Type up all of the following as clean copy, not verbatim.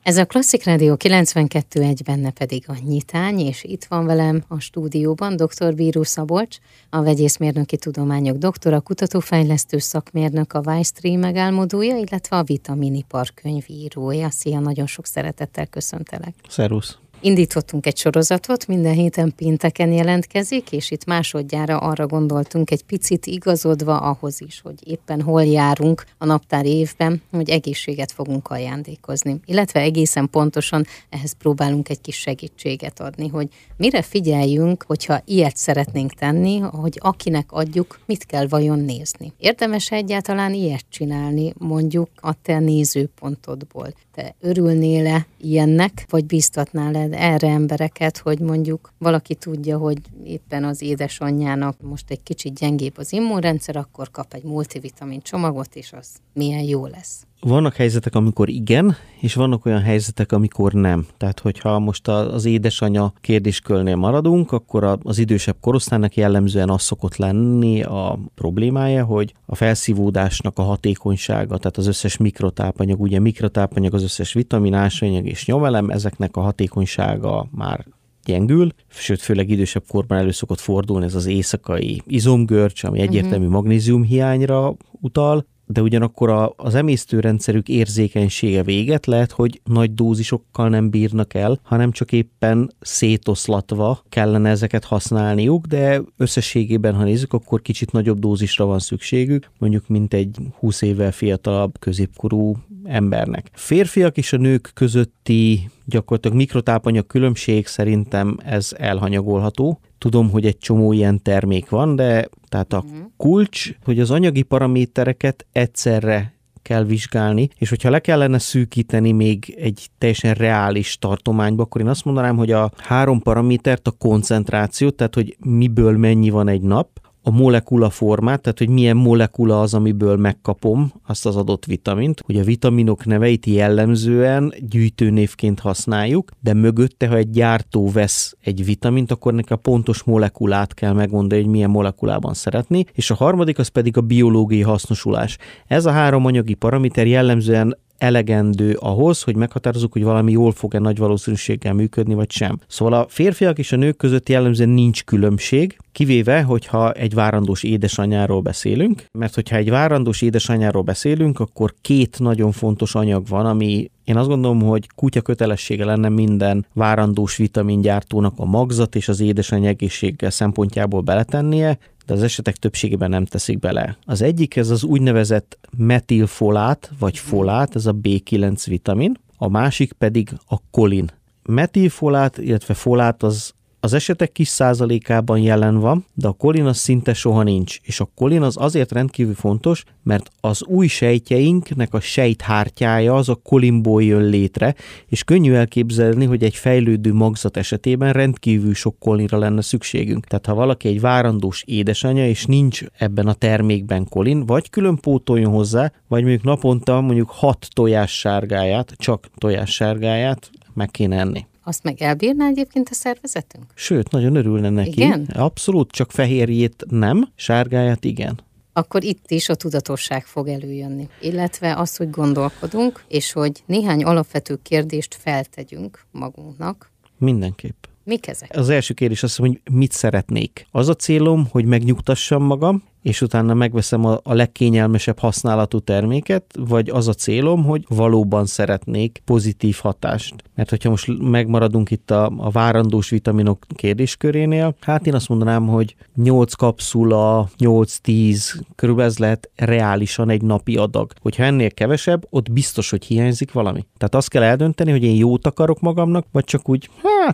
Ez a Klasszik Rádió 92.1, benne pedig a Nyitány, és itt van velem a stúdióban dr. Bíró Szabolcs, a vegyészmérnöki tudományok doktora, kutatófejlesztő szakmérnök, a Wisestream megálmodója, illetve a Vitaminipar könyvírója. Szia, nagyon sok szeretettel köszöntelek. Szervusz! Indítottunk egy sorozatot, minden héten pénteken jelentkezik, és itt másodjára arra gondoltunk, egy picit igazodva ahhoz is, hogy éppen hol járunk a naptári évben, hogy egészséget fogunk ajándékozni. Illetve egészen pontosan ehhez próbálunk egy kis segítséget adni, hogy mire figyeljünk, hogyha ilyet szeretnénk tenni, hogy akinek adjuk, mit kell vajon nézni. Érdemes egyáltalán ilyet csinálni, mondjuk a te nézőpontodból? Te örülnél-e ilyennek, vagy bíztatnál erre embereket, hogy mondjuk valaki tudja, hogy éppen az édesanyjának most egy kicsit gyengébb az immunrendszer, akkor kap egy multivitamin csomagot, és az milyen jó lesz. Vannak helyzetek, amikor igen, és vannak olyan helyzetek, amikor nem. Tehát, hogyha most az édesanyja kérdéskörnél maradunk, akkor az idősebb korosztálynak jellemzően az szokott lenni a problémája, hogy a felszívódásnak a hatékonysága, tehát az összes mikrotápanyag, ugye mikrotápanyag az összes vitamin, ásványanyag és nyomelem, ezeknek a hatékonysága már gyengül, sőt, főleg idősebb korban elő szokott fordulni ez az éjszakai izomgörcs, ami egyértelmű magnézium hiányra utal, de ugyanakkor az emésztőrendszerük érzékenysége véget lehet, hogy nagy dózisokkal nem bírnak el, hanem csak éppen szétoszlatva kellene ezeket használniuk, de összességében, ha nézzük, akkor kicsit nagyobb dózisra van szükségük, mondjuk mint egy 20 évvel fiatalabb középkorú embernek. Férfiak és a nők közötti gyakorlatilag mikrotápanyag különbség szerintem ez elhanyagolható. Tudom, hogy egy csomó ilyen termék van, de tehát a kulcs, hogy az anyagi paramétereket egyszerre kell vizsgálni, és hogyha le kellene szűkíteni még egy teljesen reális tartományba, akkor én azt mondanám, hogy a 3 paramétert, a koncentrációt, tehát hogy miből mennyi van egy nap, a molekula formát, tehát hogy milyen molekula az, amiből megkapom azt az adott vitamint. Ugye a vitaminok neveit jellemzően gyűjtőnévként használjuk, de mögötte, ha egy gyártó vesz egy vitamint, akkor neki a pontos molekulát kell megmondani, hogy milyen molekulában szeretné, és a harmadik az pedig a biológiai hasznosulás. Ez a 3 anyagi paraméter jellemzően elegendő ahhoz, hogy meghatározzuk, hogy valami jól fog-e nagy valószínűséggel működni, vagy sem. Szóval a férfiak és a nők között jellemzően nincs különbség, kivéve, hogyha egy várandós édesanyjáról beszélünk, mert hogyha egy várandós édesanyjáról beszélünk, akkor 2 nagyon fontos anyag van, ami én azt gondolom, hogy kutya kötelessége lenne minden várandós vitamingyártónak a magzat és az édesanyja egészsége szempontjából beletennie, de az esetek többségében nem teszik bele. Az egyik ez az úgynevezett metilfolát, vagy folát, ez a B9 vitamin, a másik pedig a kolin. Metilfolát, illetve folát az esetek kis százalékában jelen van, de a kolin az szinte soha nincs. És a kolin az azért rendkívül fontos, mert az új sejtjeinknek a sejthártyája az a kolinból jön létre, és könnyű elképzelni, hogy egy fejlődő magzat esetében rendkívül sok kolinra lenne szükségünk. Tehát ha valaki egy várandós édesanyja, és nincs ebben a termékben kolin, vagy külön pótoljon hozzá, vagy mondjuk naponta mondjuk 6 tojássárgáját, csak tojássárgáját meg kéne enni. Azt meg elbírná egyébként a szervezetünk? Sőt, nagyon örülne neki. Igen? Abszolút, csak fehérjét nem, sárgáját igen. Akkor itt is a tudatosság fog előjönni. Illetve az, hogy gondolkodunk, és hogy néhány alapvető kérdést feltegyünk magunknak. Mindenképp. Mik ezek? Az első kérdés az, hogy mit szeretnék. Az a célom, hogy megnyugtassam magam, és utána megveszem a legkényelmesebb használatú terméket, vagy az a célom, hogy valóban szeretnék pozitív hatást. Mert hogyha most megmaradunk itt a várandós vitaminok kérdéskörénél, hát én azt mondanám, hogy 8 kapszula, 8-10, körülbelül ez lehet reálisan egy napi adag. Hogyha ennél kevesebb, ott biztos, hogy hiányzik valami. Tehát azt kell eldönteni, hogy én jót akarok magamnak, vagy csak úgy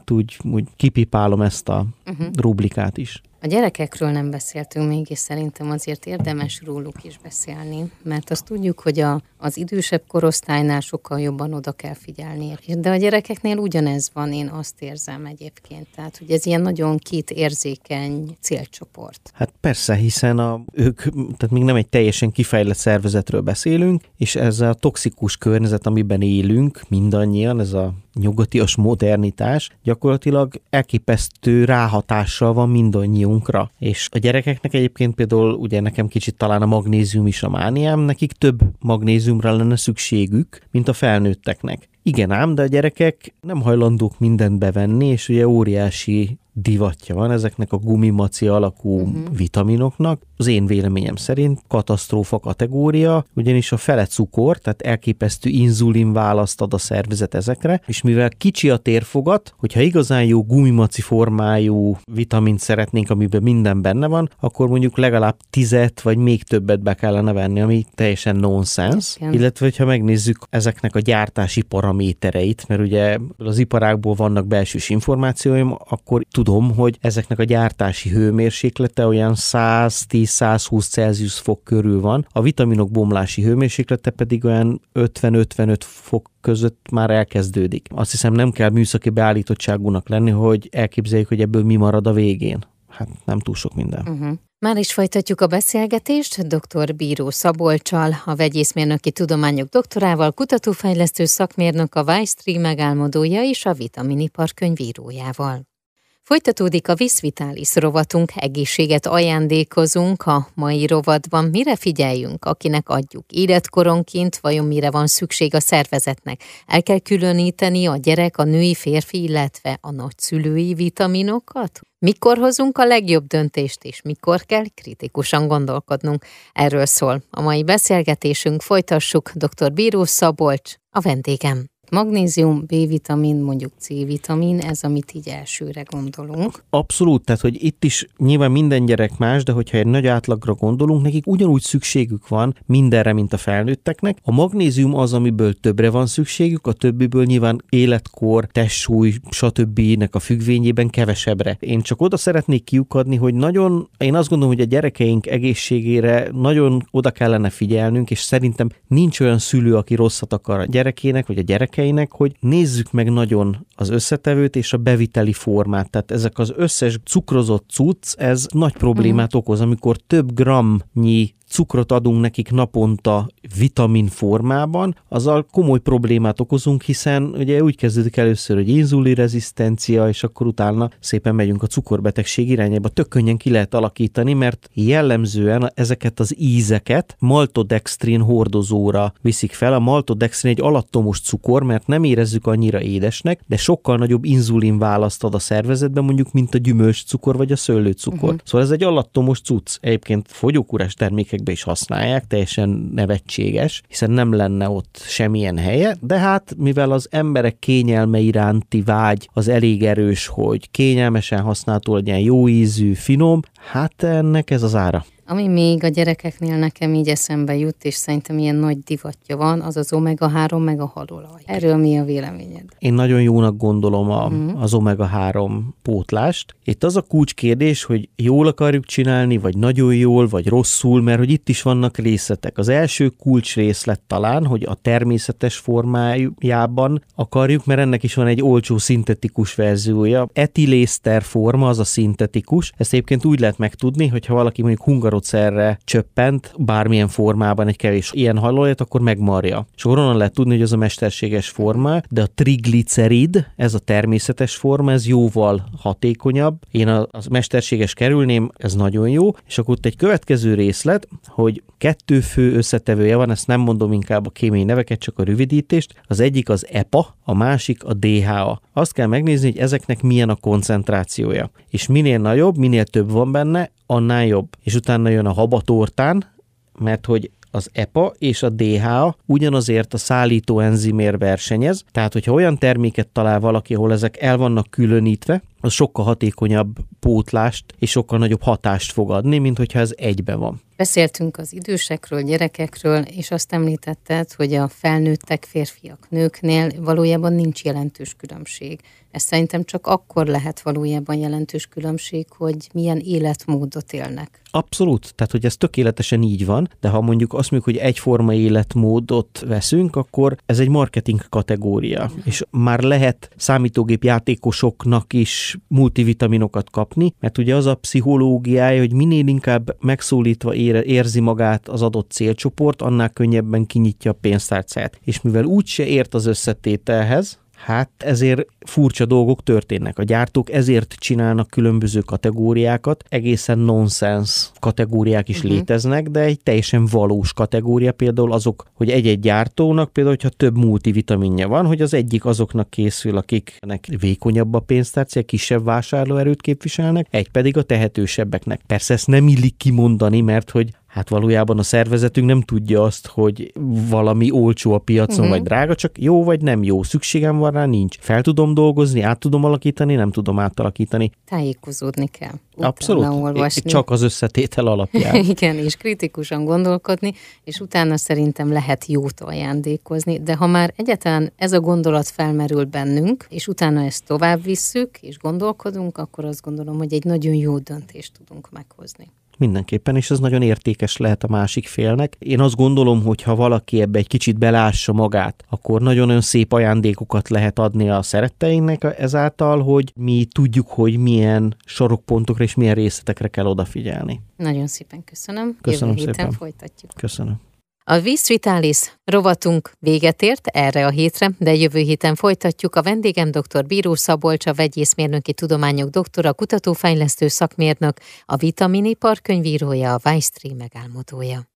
kipipálom ezt a rublikát is. A gyerekekről nem beszéltünk még, és szerintem azért érdemes róluk is beszélni, mert azt tudjuk, hogy az idősebb korosztálynál sokkal jobban oda kell figyelni. De a gyerekeknél ugyanez van, én azt érzem egyébként. Tehát, hogy ez ilyen nagyon érzékeny célcsoport. Hát persze, hiszen ők, tehát még nem egy teljesen kifejlett szervezetről beszélünk, és ez a toxikus környezet, amiben élünk mindannyian, ez a nyugatias modernitás gyakorlatilag elképesztő ráhatással van mindannyiunkra. És a gyerekeknek egyébként például, ugye nekem kicsit talán a magnézium is a mániám, nekik több magnéziumra lenne szükségük, mint a felnőtteknek. Igen ám, de a gyerekek nem hajlandók mindent bevenni, és ugye óriási divatja van ezeknek a gumimaci alakú vitaminoknak. Az én véleményem szerint katasztrófa kategória, ugyanis a fele cukor, tehát elképesztő inzulin választ ad a szervezet ezekre, és mivel kicsi a térfogat, hogyha igazán jó gumimaci formájú vitamint szeretnénk, amiben minden benne van, akkor mondjuk legalább 10 vagy még többet be kellene venni, ami teljesen nonsens. Illetve, hogyha megnézzük ezeknek a gyártási paramétereit, mert ugye az iparágból vannak belsős információim, akkor tudom, hogy ezeknek a gyártási hőmérséklete olyan 110-120 Celsius fok körül van, a vitaminok bomlási hőmérséklete pedig olyan 50-55 fok között már elkezdődik. Azt hiszem, nem kell műszaki beállítottságúnak lenni, hogy elképzeljük, hogy ebből mi marad a végén. Hát nem túl sok minden. Már is folytatjuk a beszélgetést dr. Bíró Szabolccsal, a vegyészmérnöki tudományok doktorával, kutatófejlesztő szakmérnök, a Weiss-Tree megálmodója és a vitaminipar könyvírójával. Folytatódik a Vis Vitalis rovatunk, egészséget ajándékozunk a mai rovatban. Mire figyeljünk, akinek adjuk életkoronként, vajon mire van szükség a szervezetnek? El kell különíteni a gyerek, a női, férfi, illetve a nagyszülői vitaminokat? Mikor hozunk a legjobb döntést, és mikor kell kritikusan gondolkodnunk? Erről szól a mai beszélgetésünk, folytassuk. Dr. Bíró Szabolcs a vendégem. Magnézium, B-vitamin, mondjuk C-vitamin, ez amit így elsőre gondolunk. Abszolút, tehát hogy itt is nyilván minden gyerek más, de hogyha egy nagy átlagra gondolunk, nekik ugyanúgy szükségük van mindenre, mint a felnőtteknek. A magnézium az, amiből többre van szükségük, a többiből nyilván életkor, testsúly, stb. A függvényében kevesebbre. Én csak oda szeretnék kiukadni, hogy én azt gondolom, hogy a gyerekeink egészségére nagyon oda kellene figyelnünk, és szerintem nincs olyan szülő, aki rosszat akar a gyerekének, vagy a gyerekeinek, hogy nézzük meg nagyon az összetevőt és a beviteli formát. Tehát ezek az összes cukrozott cucc, ez nagy problémát okoz, amikor több grammnyi cukrot adunk nekik naponta vitamin formában, azzal komoly problémát okozunk, hiszen ugye úgy kezdődik először, hogy inzulinrezisztencia, és akkor utána szépen megyünk a cukorbetegség irányába. Tök könnyen ki lehet alakítani, mert jellemzően ezeket az ízeket maltodextrin hordozóra viszik fel. A maltodextrin egy alattomos cukor, mert nem érezzük annyira édesnek, de sokkal nagyobb inzulin választ ad a szervezetben, mondjuk, mint a gyümölcscukor vagy a szőlőcukor. Szóval ez egy alattomos cucc. Egyébként fogyókúrás termékek is használják, teljesen nevetséges, hiszen nem lenne ott semmilyen helye, de hát mivel az emberek kényelme iránti vágy az elég erős, hogy kényelmesen használható legyen, jó ízű, finom, hát ennek ez az ára. Ami még a gyerekeknél nekem így eszembe jut, és szerintem ilyen nagy divatja van, az az omega-3 meg a halolaj. Erről mi a véleményed? Én nagyon jónak gondolom az omega-3 pótlást. Itt az a kulcskérdés, hogy jól akarjuk csinálni, vagy nagyon jól, vagy rosszul, mert hogy itt is vannak részletek. Az első kulcsrészlet talán, hogy a természetes formájában akarjuk, mert ennek is van egy olcsó szintetikus verziója. Etilészter forma, az a szintetikus. Ezt egyébként úgy lehet megtudni, hogyha valaki mondjuk hungarocellre csöppent bármilyen formában egy kevés ilyen halolajat, akkor megmarja. És onnan lehet tudni, hogy az a mesterséges forma, de a triglicerid, ez a természetes forma, ez jóval hatékonyabb. Én a mesterséges kerülném, ez nagyon jó. És akkor ott egy következő részlet, hogy 2 fő összetevője van, ezt nem mondom inkább a kémiai neveket, csak a rövidítést. Az egyik az EPA, a másik a DHA. Azt kell megnézni, hogy ezeknek milyen a koncentrációja. És minél nagyobb, minél több van benne, annál jobb. És utána jön a habatortán, mert hogy az EPA és a DHA ugyanazért a szállító enzimért versenyez, tehát hogyha olyan terméket talál valaki, ahol ezek el vannak különítve, az sokkal hatékonyabb pótlást és sokkal nagyobb hatást fog adni, mint hogyha ez egyben van. Beszéltünk az idősekről, gyerekekről, és azt említetted, hogy a felnőttek, férfiak, nőknél valójában nincs jelentős különbség. Ez szerintem csak akkor lehet valójában jelentős különbség, hogy milyen életmódot élnek. Abszolút, tehát hogy ez tökéletesen így van, de ha mondjuk azt mondjuk, hogy egyforma életmódot veszünk, akkor ez egy marketing kategória, és már lehet számítógép játékosoknak is multivitaminokat kapni, mert ugye az a pszichológiája, hogy minél inkább megszólítva érzi magát az adott célcsoport, annál könnyebben kinyitja a pénztárcáját. És mivel úgyse ért az összetételhez, Hát ezért furcsa dolgok történnek. A gyártók ezért csinálnak különböző kategóriákat, egészen nonsens kategóriák is léteznek, de egy teljesen valós kategória például azok, hogy egy-egy gyártónak például, hogyha több multivitaminja van, hogy az egyik azoknak készül, akiknek vékonyabb a pénztárcája, kisebb vásárlóerőt képviselnek, egy pedig a tehetősebbeknek. Persze ezt nem illik kimondani, mert hogy hát valójában a szervezetünk nem tudja azt, hogy valami olcsó a piacon, vagy drága, csak jó vagy nem jó. Szükségem van rá, nincs. Fel tudom dolgozni, át tudom alakítani, nem tudom átalakítani. Tájékozódni kell. Abszolút. Olvasni. Csak az összetétel alapján. Igen, és kritikusan gondolkodni, és utána szerintem lehet jót ajándékozni, de ha már egyáltalán ez a gondolat felmerül bennünk, és utána ezt tovább visszük, és gondolkodunk, akkor azt gondolom, hogy egy nagyon jó döntést tudunk meghozni. Mindenképpen, és ez nagyon értékes lehet a másik félnek. Én azt gondolom, hogy ha valaki ebbe egy kicsit belássa magát, akkor nagyon szép ajándékokat lehet adni a szeretteinknek ezáltal, hogy mi tudjuk, hogy milyen sarokpontokra és milyen részletekre kell odafigyelni. Nagyon szépen köszönöm. Köszönöm Jövő héten szépen. folytatjuk. Köszönöm. A Vis Vitalis rovatunk véget ért erre a hétre, de jövő héten folytatjuk. A vendégem dr. Bíró Szabolcs, a vegyészmérnöki tudományok doktora, kutatófejlesztő szakmérnök, a vitaminipar könyvírója, a Weiss Tree megálmodója.